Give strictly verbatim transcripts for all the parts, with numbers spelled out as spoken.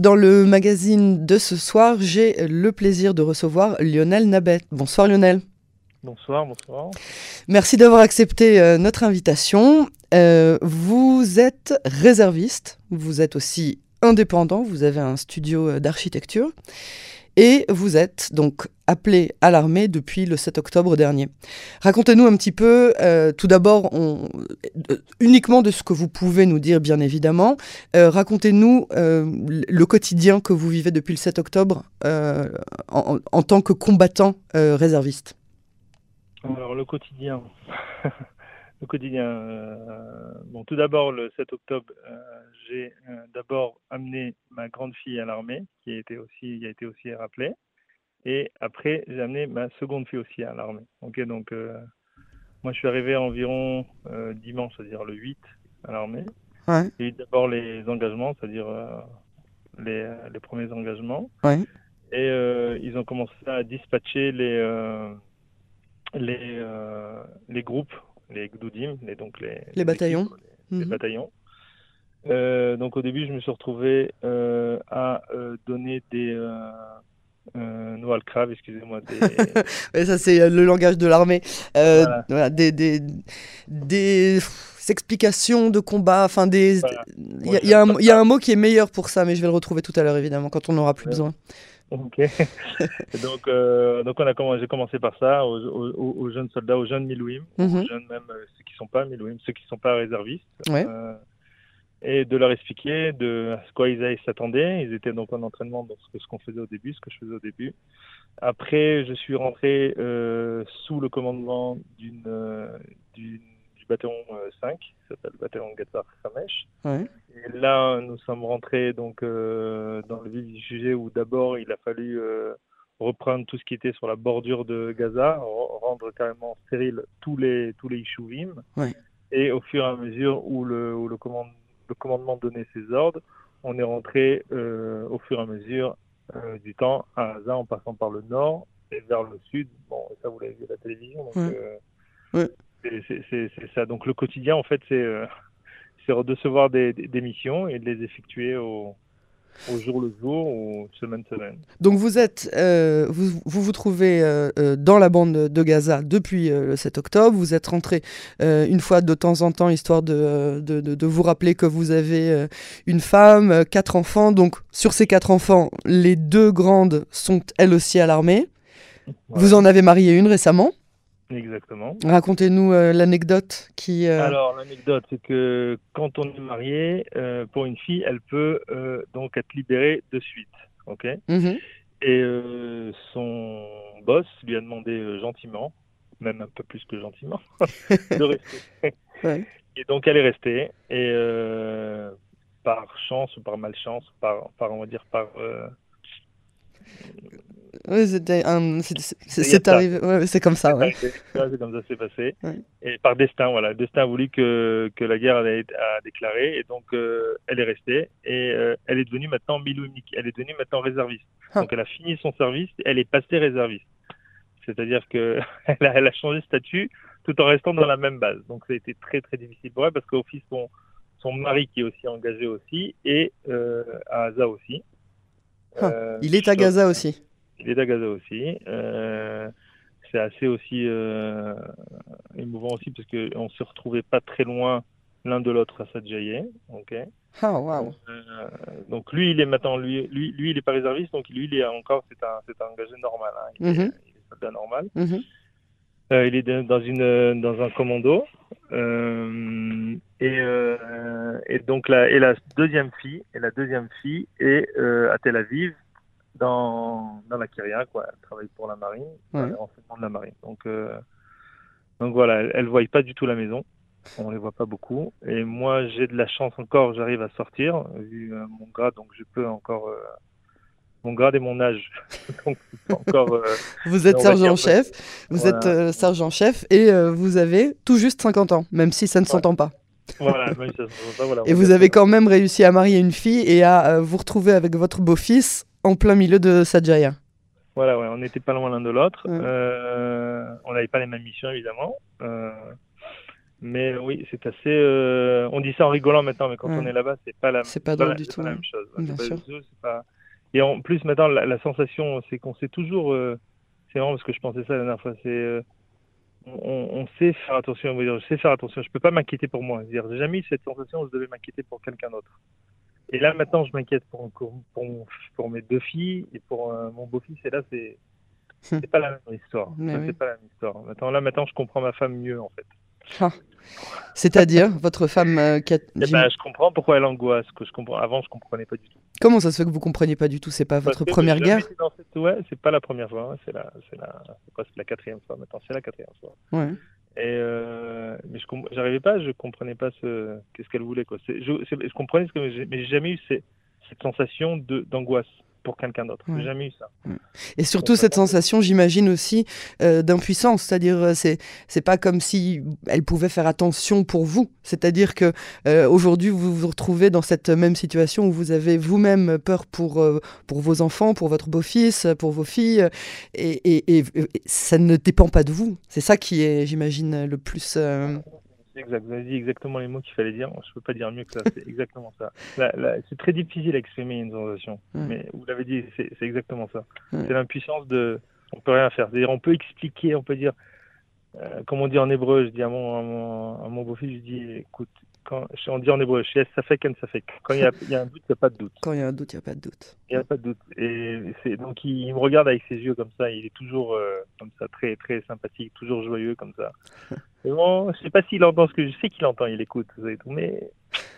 dans le magazine de ce soir, j'ai le plaisir de recevoir Lionel Nabet. Bonsoir Lionel. Bonsoir, bonsoir. Merci d'avoir accepté euh, notre invitation. Euh, vous êtes réserviste, vous êtes aussi indépendant, vous avez un studio d'architecture et vous êtes donc appelé à l'armée depuis le sept octobre dernier. Racontez-nous un petit peu, euh, tout d'abord, on, euh, uniquement de ce que vous pouvez nous dire, bien évidemment. Euh, racontez-nous euh, le quotidien que vous vivez depuis le sept octobre euh, en, en tant que combattant euh, réserviste. Alors, le quotidien. le quotidien. Euh, bon, tout d'abord, le sept octobre, euh, j'ai euh, d'abord amené ma grande fille à l'armée, qui a été aussi, qui a été aussi rappelée. Et après, j'ai amené ma seconde fille aussi à l'armée. Ok, donc, euh, moi, je suis arrivé environ euh, dimanche, c'est-à-dire le huit, à l'armée. Ouais. J'ai eu d'abord les engagements, c'est-à-dire euh, les, les premiers engagements. Ouais. Et euh, ils ont commencé à dispatcher les, euh, les, euh, les groupes, les gdoudim, les, donc les, Les, les bataillons. équipes, les, Mmh. les bataillons. Euh, donc au début, je me suis retrouvé euh, à euh, donner des... Euh, Euh, Noël Crave, excusez-moi. Des... ouais, ça, c'est le langage de l'armée. Euh, Voilà. voilà, des, des, des explications de combat. Enfin, des. Voilà. Il Moi, y, y, a un, y a ça. un mot qui est meilleur pour ça, mais je vais le retrouver tout à l'heure, évidemment, quand on n'aura plus Ouais. besoin. Ok. donc, euh, donc on a commencé, j'ai commencé par ça, aux, aux, aux jeunes soldats, aux jeunes milouim, Mm-hmm. aux jeunes même, euh, ceux qui ne sont pas milouim, ceux qui ne sont pas réservistes. Ouais. Euh, et de leur expliquer de à quoi ils s'attendaient. Ils étaient donc en entraînement, donc ce qu'on faisait au début, ce que je faisais au début. Après, je suis rentré euh, sous le commandement d'une, euh, d'une, du bataillon euh, cinq, qui s'appelle le bataillon Gatar Khamesh. Ouais. Et là, nous sommes rentrés donc, euh, dans le vif du sujet où d'abord, il a fallu euh, reprendre tout ce qui était sur la bordure de Gaza, rendre carrément stérile tous les, tous les Ishouvim. Ouais. Et au fur et à mesure où le, où le, commande, le commandement donnait ses ordres, on est rentré euh, au fur et à mesure euh, du temps à Gaza en passant par le nord et vers le sud. Bon, ça vous l'avez vu à la télévision. Donc, ouais. Euh, ouais. c'est, c'est, c'est, c'est ça. Donc le quotidien, en fait, c'est, euh, c'est de recevoir des, des, des missions et de les effectuer au, au jour le jour ou semaine semaine. Donc vous êtes, euh, vous, vous vous trouvez euh, euh, dans la bande de Gaza depuis euh, le sept octobre. Vous êtes rentré euh, une fois de temps en temps, histoire de, de, de, de vous rappeler que vous avez euh, une femme, euh, quatre enfants. Donc sur ces quatre enfants, les deux grandes sont elles aussi à l'armée. Voilà. Vous en avez marié une récemment. Exactement. Racontez-nous euh, l'anecdote qui... Euh... Alors, l'anecdote, c'est que quand on est marié, euh, pour une fille, elle peut euh, donc être libérée de suite. Ok. Mm-hmm. Et euh, son boss lui a demandé euh, gentiment, même un peu plus que gentiment, de rester. Ouais. Et donc, elle est restée. Et euh, par chance ou par malchance, par, par on va dire par... Euh, Oui, c'était un... c'est, c'est, c'est, c'est arrivé, ouais, c'est comme ça, c'est ouais. arrivé. C'est comme ça que c'est passé. Ouais. Et par destin, voilà. Le destin a voulu que, que la guerre allait être à déclarer, et donc euh, elle est restée, et euh, elle est devenue maintenant milouimnik, elle est devenue maintenant réserviste. Ah. Donc elle a fini son service, elle est passée réserviste. C'est-à-dire qu'elle a, elle a changé de statut tout en restant dans la même base. Donc ça a été très très difficile pour elle, parce qu'au fils, son, son mari qui est aussi engagé aussi, et euh, à Gaza aussi. Ah. Euh, il est à Gaza aussi. Il est à Gaza aussi. Euh, c'est assez aussi euh, émouvant aussi parce qu'on ne se retrouvait pas très loin l'un de l'autre à Sadjaye. Okay. Oh, wow. euh, donc lui, il est maintenant, lui, lui, lui il n'est pas réserviste, donc lui, il est encore, c'est un, c'est un engagé normal. Hein. Il, mm-hmm. est, il est soldat normal. Mm-hmm. Euh, il est de, dans, une, dans un commando. Euh, et, euh, et donc la, et la deuxième fille, et la deuxième fille est euh, à Tel Aviv. Dans, dans la Kyria, quoi. Elle travaille pour la marine, ouais. Dans les renseignements de la marine. Donc, euh, donc voilà, elle ne voit pas du tout la maison. On ne les voit pas beaucoup. Et moi, j'ai de la chance encore, j'arrive à sortir, vu euh, mon grade, donc je peux encore... Euh, mon grade et mon âge. donc, encore, euh, vous êtes sergent-chef, vous voilà. êtes euh, sergent-chef, et euh, vous avez tout juste cinquante ans, même si ça ne ouais. s'entend pas. Voilà, même si ça ne s'entend pas. Voilà, et vous avez quand même réussi à marier une fille et à euh, vous retrouver avec votre beau-fils en plein milieu de Sadjaye. Voilà, ouais, on n'était pas loin l'un de l'autre. Ouais. Euh, on n'avait pas les mêmes missions, évidemment. Euh, Mais oui, c'est assez. Euh, on dit ça en rigolant maintenant, mais quand ouais. on est là-bas, c'est pas la. C'est pas drôle la, du tout. pas la Ouais. même chose. Bien c'est sûr. pas, c'est pas... Et en plus maintenant, la, la sensation, c'est qu'on sait toujours. Euh, c'est marrant parce que je pensais ça la dernière fois. C'est euh, on, on sait faire attention. On va dire, je sais faire attention. Je peux pas m'inquiéter pour moi. C'est-à-dire, j'ai jamais eu cette sensation où je devais m'inquiéter pour quelqu'un d'autre. Et là maintenant, je m'inquiète pour, pour, pour, pour mes deux filles et pour euh, mon beau-fils. Et là, c'est c'est pas la même histoire. Mais Ça, oui. c'est pas la même histoire. Maintenant, là maintenant, je comprends ma femme mieux en fait. Ah. C'est-à-dire, votre femme euh, qui a... Eh ben, je comprends pourquoi elle angoisse. Que je comprends. Avant, je comprenais pas du tout. Comment ça se fait que vous compreniez pas du tout? C'est pas Parce votre que première j'ai jamais guerre? été dans cette... Ouais, c'est pas la première fois. Hein. C'est la, c'est la, c'est quoi, c'est la quatrième fois maintenant. C'est la quatrième fois. Ouais. Et euh... mais je comp... j'arrivais pas, je comprenais pas ce qu'est-ce qu'elle voulait quoi. C'est... Je... C'est... je comprenais ce que j'ai... mais j'ai jamais eu ces... cette sensation de d'angoisse pour quelqu'un d'autre. Ouais. J'ai jamais eu ça. Ouais. Et surtout cette sensation, j'imagine aussi, euh, d'impuissance. C'est-à-dire, c'est c'est pas comme si elle pouvait faire attention pour vous. C'est-à-dire que euh, aujourd'hui, vous vous retrouvez dans cette même situation où vous avez vous-même peur pour euh, pour vos enfants, pour votre beau-fils, pour vos filles, et, et, et, et ça ne dépend pas de vous. C'est ça qui est, j'imagine, le plus. Euh... Exact, vous avez dit exactement les mots qu'il fallait dire. Je peux pas dire mieux que ça. C'est exactement ça. Là, là, c'est très difficile à exprimer une sensation, ouais. Mais vous l'avez dit, c'est, c'est exactement ça. Ouais. C'est l'impuissance de, on peut rien faire. C'est-à-dire, on peut expliquer, on peut dire, euh, comme on dit en hébreu. Je dis à mon, à mon, à mon beau-fils, je dis, écoute, quand on dit en hébreu, je ça fait quand ça fait. Quand il y a, il y a un doute, il n'y a pas de doute. Quand il y a un doute, il n'y a pas de doute. Il n'y a pas de doute. Et c'est donc il, il me regarde avec ses yeux comme ça. Il est toujours euh, comme ça, très très sympathique, toujours joyeux comme ça. Et bon, je sais pas s'il entend ce que je sais qu'il entend, il écoute, et tout, mais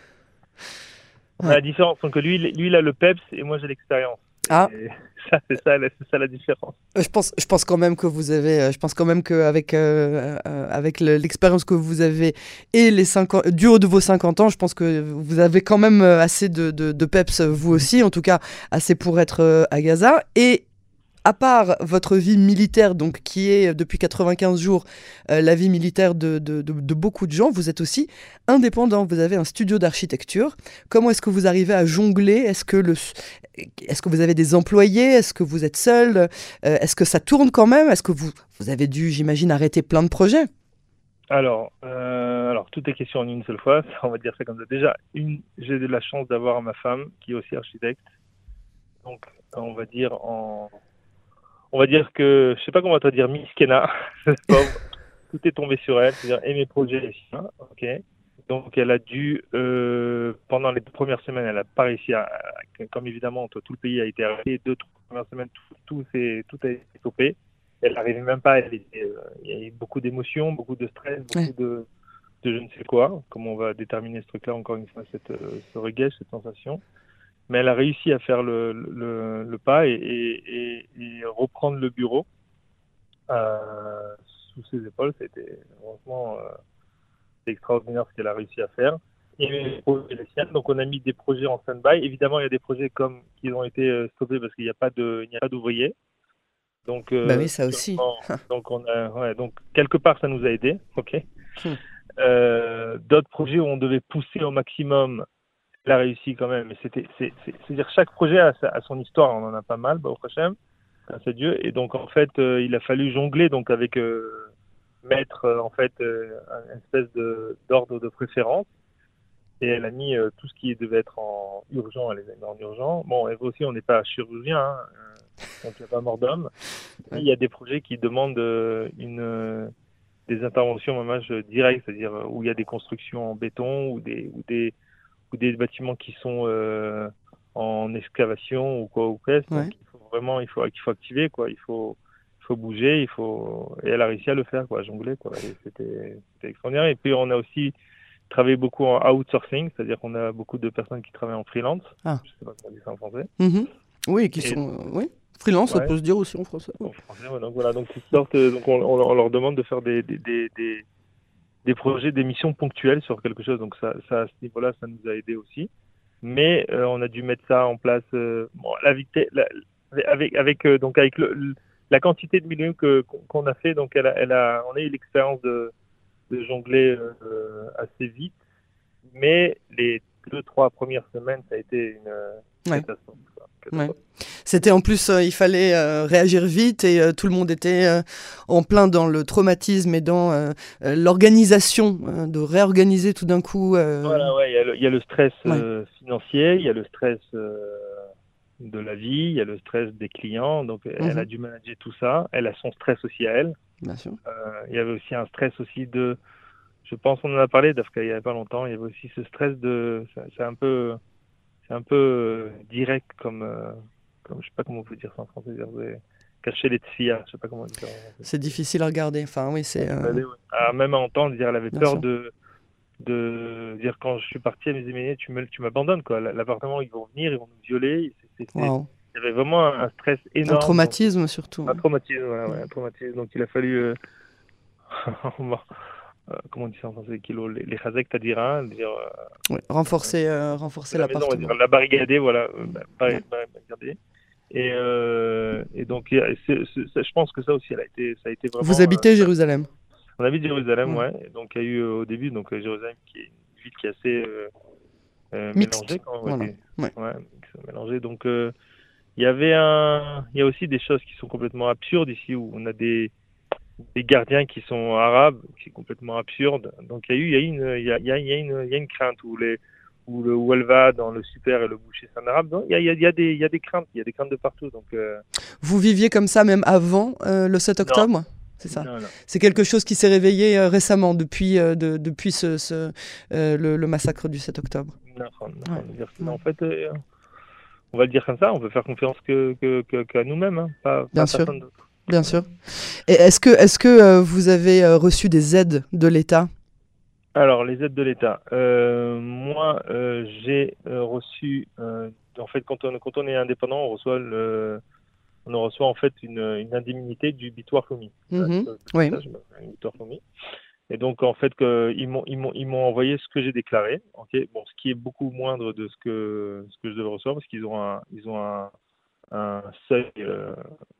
ouais. La différence, donc lui, lui, il a le peps et moi j'ai l'expérience. Ah. Et ça, c'est ça, c'est ça la différence. Je pense, je pense quand même que vous avez, je pense quand même qu'avec euh, euh, avec l'expérience que vous avez et les cinquante, du haut de vos cinquante ans, je pense que vous avez quand même assez de, de, de peps, vous aussi, en tout cas assez pour être euh, à Gaza. Et à part votre vie militaire, donc qui est depuis quatre-vingt-quinze jours euh, la vie militaire de, de, de, de beaucoup de gens, vous êtes aussi indépendant. Vous avez un studio d'architecture. Comment est-ce que vous arrivez à jongler? Est-ce que, le, est-ce que vous avez des employés? Est-ce que vous êtes seul? euh, Est-ce que ça tourne quand même? Est-ce que vous, vous avez dû, j'imagine, arrêter plein de projets? Alors, euh, alors, tout est question en une seule fois. On va dire ça comme ça. Déjà, une, j'ai de la chance d'avoir ma femme qui est aussi architecte. Donc, on va dire en... On va dire que, je sais pas comment on va te dire, Miskena, tout est tombé sur elle, c'est-à-dire, et mes projets, les siens, ok. Donc, elle a dû, euh, pendant les deux premières semaines, elle n'a pas réussi à, à, comme évidemment, tout le pays a été arrêté, deux, trois premières semaines, tout, tout, c'est, tout a été stoppé. Elle n'arrivait même pas, elle était, euh, il y a eu beaucoup d'émotions, beaucoup de stress, beaucoup ouais. de, de je ne sais quoi, comment on va déterminer ce truc-là, encore une fois, cette, ce reggae, cette sensation. Mais elle a réussi à faire le, le, le pas et, et, et reprendre le bureau euh, sous ses épaules. C'était vraiment euh, extraordinaire ce qu'elle a réussi à faire. Et les projets les siennes, donc on a mis des projets en stand-by. Évidemment, il y a des projets comme qui ont été stoppés parce qu'il n'y a pas de, il n'y a pas d'ouvriers. Donc, euh, bah oui, ça aussi. donc on a, ouais, donc quelque part ça nous a aidés, ok. Hmm. Euh, d'autres projets où on devait pousser au maximum. Elle a réussi quand même, mais c'était, c'est, c'est, c'est-à-dire chaque projet a, sa, a son histoire, on en a pas mal, bah, au Hachem, grâce à Dieu, et donc en fait, euh, il a fallu jongler donc avec euh, mettre euh, en fait euh, une espèce de d'ordre de préférence, et elle a mis euh, tout ce qui devait être en urgent, elle les a mis en urgent. Bon, et aussi, on n'est pas chirurgien, hein, donc il n'y a pas mort d'homme. Il y a des projets qui demandent euh, une euh, des interventions vraiment directes, c'est-à-dire où il y a des constructions en béton ou des ou des ou des bâtiments qui sont euh, en excavation ou quoi ou presque. Ouais. Donc il faut vraiment, il faut, il faut activer quoi. Il faut, il faut bouger, il faut. Et elle a réussi à le faire quoi, à jongler quoi. Et c'était, c'était extraordinaire. Et puis on a aussi travaillé beaucoup en outsourcing, c'est-à-dire qu'on a beaucoup de personnes qui travaillent en freelance. Ah. Je sais pas comment on dit ça en français. Mm-hmm. Oui, qui et sont, euh, oui. Freelance, ouais. Ça peut se dire aussi en français. En français, ouais, donc voilà, donc ils sortent, donc on, on, on leur demande de faire des, des, des, des des projets, des missions ponctuelles sur quelque chose. Donc ça, ça à ce niveau-là, ça nous a aidé aussi. Mais euh, on a dû mettre ça en place. Euh, bon, la vitesse, la, avec avec euh, donc avec le, le, la quantité de millions que qu'on a fait. Donc elle a, elle a, on a eu l'expérience de, de jongler euh, assez vite. Mais les deux trois premières semaines, ça a été une ouais. catastrophe. Ouais. C'était en plus, euh, il fallait euh, réagir vite et euh, tout le monde était euh, en plein dans le traumatisme et dans euh, euh, l'organisation, euh, de réorganiser tout d'un coup. Euh... Voilà, ouais, il y a le, il y a le stress Ouais. euh, financier, il y a le stress euh, de la vie, il y a le stress des clients. Donc, elle Mhm. a dû manager tout ça. Elle a son stress aussi à elle. Bien sûr. Euh, il y avait aussi un stress aussi de, je pense qu'on en a parlé, d'Afka, il y a pas longtemps. Il y avait aussi ce stress de, c'est un peu, c'est un peu euh, direct comme, euh, comme, je sais pas comment on peut dire ça en français, dire, ouais, cacher les tfia, je sais pas comment dire ça en français. C'est difficile à regarder. Enfin, oui, c'est. Euh... Ouais, ouais. Ah, même à entendre, dire, elle avait Bien peur sûr. de, de dire quand je suis parti, elle me disait mais tu me, tu m'abandonnes quoi. L'appartement ils vont venir, ils vont nous violer. C'est, c'est, c'est... Wow. Il y avait vraiment un, un stress énorme. Un traumatisme donc, surtout. Un traumatisme, voilà, ouais, un traumatisme. Donc il a fallu, euh... euh, comment on dit ça en français, kilo, les, les chazek tadira, dire. Euh... Ouais. Renforcer, euh, renforcer la maison, on va l'appartement. dire, la barricader, voilà, euh, bar- Ouais. bar- barricader. Et, euh, et donc c'est, c'est, c'est, je pense que ça aussi, elle a été, ça a été vraiment. Vous habitez Euh... Jérusalem? On habite Jérusalem, Ouais. ouais. Donc il y a eu euh, au début, donc euh, Jérusalem qui est une ville qui est assez euh, euh, Mixte. mélangée, quand Voilà. Ouais. ouais, mélangée. Donc euh, il y avait un, il y a aussi des choses qui sont complètement absurdes ici où on a des des gardiens qui sont arabes, qui est complètement absurde. Donc il y a eu, il y a une, il y a, il y a, il y a une, il y a une crainte où les où, le, où elle va dans le super et le boucher c'est un arabe. Donc il y a, il y a, il y a des, il y a des craintes, il y a des craintes de partout. Donc euh... vous viviez comme ça même avant euh, le sept octobre? C'est ça. Non, non. C'est quelque chose qui s'est réveillé euh, récemment, depuis, euh, de, depuis ce, ce, euh, le, le massacre du sept octobre. Non, non, non, Ouais. ouais. En fait, euh, on va le dire comme ça, on peut faire confiance que, que, que, qu'à nous-mêmes, hein, pas, Bien pas sûr. personne d'autre. Bien sûr. Et est-ce que, est-ce que euh, vous avez euh, reçu des aides de l'État? Alors, les aides de l'État. Euh, moi, euh, j'ai euh, reçu, euh, en fait, quand on, quand on est indépendant, on reçoit le, on reçoit en fait une, une indemnité du Bitoire Fomi. Mmh. Oui. Et donc en fait, que, ils m'ont ils m'ont ils m'ont envoyé ce que j'ai déclaré. Okay, bon, ce qui est beaucoup moindre de ce que ce que je devais recevoir parce qu'ils ont un ils ont un, un seuil, euh,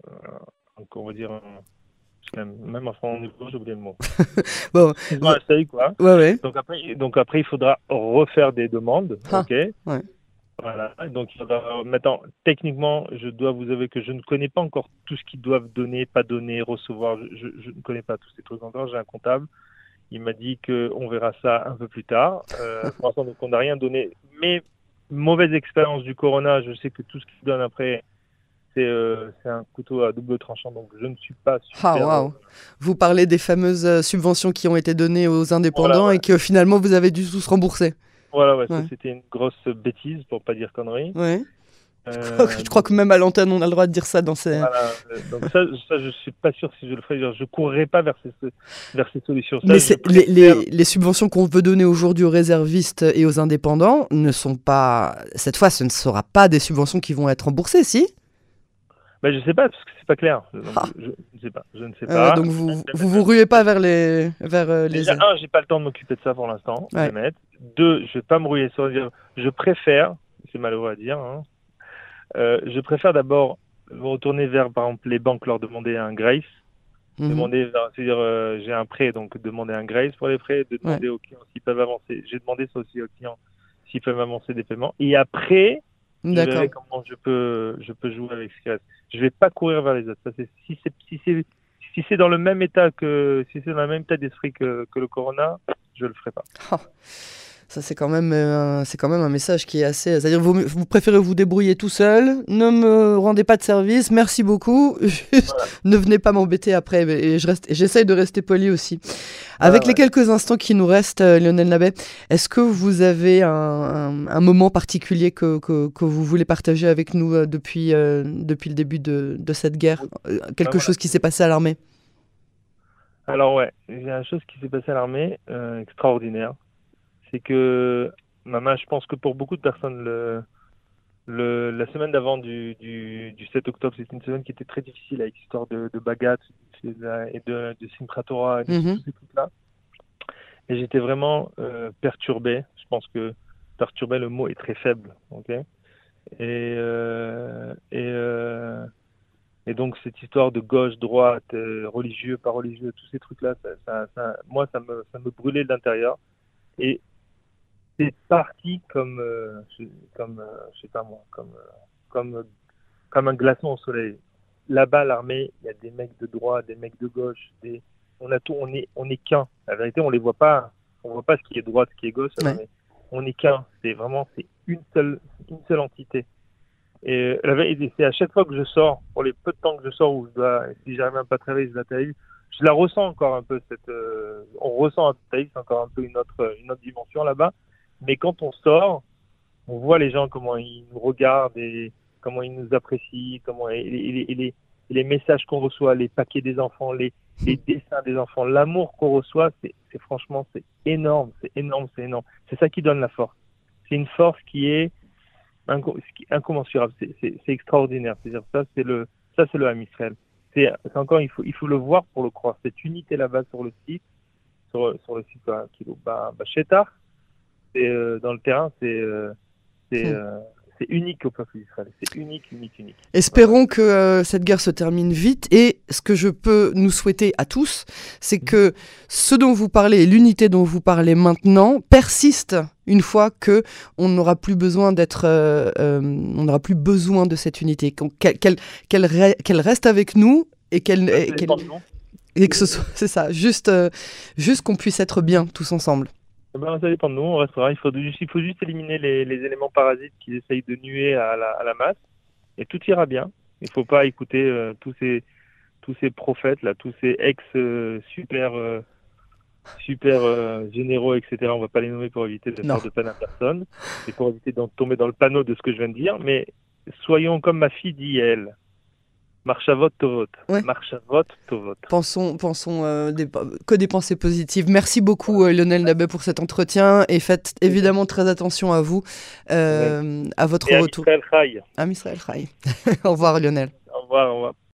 un, on va dire un, même, même en français, j'ai oublié le mot. Bon. Ils ont un seuil quoi. Ouais, ouais. Donc après donc après il faudra refaire des demandes. Ah, ok. ouais. Voilà, donc il faudra, maintenant, techniquement, je dois vous avouer que je ne connais pas encore tout ce qu'ils doivent donner, pas donner, recevoir, je, je, je ne connais pas tous ces trucs encore, j'ai un comptable, il m'a dit qu'on verra ça un peu plus tard, euh, pour l'instant, donc on n'a rien donné, mais mauvaise expérience du Corona, je sais que tout ce qu'ils donnent après, c'est euh, c'est un couteau à double tranchant, donc je ne suis pas super... Ah, waouh. Vous parlez des fameuses euh, subventions qui ont été données aux indépendants voilà, ouais. et que finalement vous avez dû tous rembourser. Voilà, ouais, ouais. Ça c'était une grosse bêtise, pour pas dire connerie. Ouais. Euh, je crois que même à l'antenne, on a le droit de dire ça dans ces... Voilà, donc ça, ça, je suis pas sûr si je le ferai. Je courrai pas vers ces, vers ces solutions. Ça, Mais préfère... les, les, les subventions qu'on veut donner aujourd'hui aux réservistes et aux indépendants ne sont pas... Cette fois, ce ne sera pas des subventions qui vont être remboursées, si? Ben, je sais pas, parce que c'est pas clair. Donc, ah. je, je ne sais pas. Je ne sais euh, pas. donc vous vous, vous vous ruez pas vers les... Vers, euh, Déjà, les... un, j'ai pas le temps de m'occuper de ça pour l'instant. Ouais. Deux, je vais pas me rouiller sur dire. Je préfère, c'est malheureux à dire, hein, euh, je préfère d'abord me retourner vers, par exemple, les banques, leur demander un grace. Mm-hmm. Demander, c'est-à-dire, euh, j'ai un prêt, donc demander un grace pour les prêts, de demander ouais. aux clients s'ils peuvent avancer. J'ai demandé ça aussi aux clients s'ils peuvent avancer des paiements. Et après, je verrai comment je peux, je peux jouer avec ce qui reste. Je vais pas courir vers les autres. Ça, c'est, si c'est, si c'est, si c'est dans le même état que, si c'est dans le même état d'esprit que, que le Corona, je le ferai pas. Oh. Ça, c'est quand même, euh, c'est quand même un message qui est assez... C'est-à-dire, vous, vous préférez vous débrouiller tout seul, ne me rendez pas de service, merci beaucoup, juste voilà. Ne venez pas m'embêter après, et je reste, et j'essaye de rester poli aussi. Avec ah, les ouais. quelques instants qui nous restent, euh, Lionel Nabet, est-ce que vous avez un, un, un moment particulier que, que, que vous voulez partager avec nous euh, depuis, euh, depuis le début de, de cette guerre? euh, Quelque ah, chose voilà. qui s'est passé à l'armée? Alors ouais, il y a une chose qui s'est passée à l'armée, euh, extraordinaire. C'est que, maman, je pense que pour beaucoup de personnes, le, le, la semaine d'avant du, du, du sept octobre, c'était une semaine qui était très difficile avec l'histoire de, de Bagat et de, de, de Simchat Torah et de mm-hmm. tous ces trucs-là. Et j'étais vraiment euh, perturbé. Je pense que perturbé, le mot est très faible. Okay, et, euh, et, euh, et donc, cette histoire de gauche, droite, euh, religieux, pas religieux, tous ces trucs-là, ça, ça, ça, moi, ça me, ça me brûlait de l'intérieur. Et c'est parti comme, euh, comme, euh, je sais pas moi, comme, euh, comme comme un glaçon au soleil. Là-bas, l'armée, il y a des mecs de droite, des mecs de gauche, des... on a tout, on est, on est qu'un. La vérité, on les voit pas, on voit pas ce qui est droite, ce qui est gauche. Ouais. Mais on est qu'un. C'est vraiment, c'est une seule, une seule entité. Et la vérité, c'est à chaque fois que je sors, pour les peu de temps que je sors, où je dois, si j'arrive même pas à travailler, je la travaille, je la ressens encore un peu cette, euh, on ressent à Taïf, c'est encore un peu une autre, une autre dimension là-bas. Mais quand on sort, on voit les gens comment ils nous regardent et comment ils nous apprécient, comment et, et, et, et les, et les messages qu'on reçoit, les paquets des enfants, les, les dessins des enfants, l'amour qu'on reçoit, c'est, c'est franchement, c'est énorme, c'est énorme, c'est énorme. C'est ça qui donne la force. C'est une force qui est incommensurable, c'est, c'est, c'est extraordinaire. C'est-à-dire ça, c'est le, ça c'est le Ham Israël. C'est, c'est encore, il faut, il faut le voir pour le croire. Cette unité là-bas sur le site, sur, sur le site bah, kilo, bah, bah, Shetar, c'est euh, dans le terrain, c'est, euh, c'est, euh, c'est unique au peuple d'Israël. C'est unique, unique, unique. Espérons que euh, cette guerre se termine vite. Et ce que je peux nous souhaiter à tous, c'est que ce dont vous parlez et l'unité dont vous parlez maintenant persiste une fois que on n'aura plus besoin d'être, euh, euh, on n'aura plus besoin de cette unité, qu'elle, qu'elle, qu'elle, re- qu'elle reste avec nous et qu'elle, et, qu'elle, et que ce soit, c'est ça, juste, euh, juste qu'on puisse être bien tous ensemble. Eh ben, ça dépend de nous, on restera. Il faut, il faut juste éliminer les, les éléments parasites qui essayent de nuer à la, à la masse et tout ira bien. Il ne faut pas écouter euh, tous ces tous ces prophètes là, tous ces ex euh, super euh, super euh, généraux, et cetera. On ne va pas les nommer pour éviter de non. faire de peine à personne et pour éviter de tomber dans le panneau de ce que je viens de dire. Mais soyons comme ma fille dit elle. Marchavot tovot. Ouais. Marchavot tovot. Pensons, pensons euh, des, que des pensées positives. Merci beaucoup euh, Lionel Nabet pour cet entretien et faites évidemment très attention à vous, euh, ouais. à votre et retour. À Israël Chai. À Israël Chai. Au revoir Lionel. Au revoir, au revoir.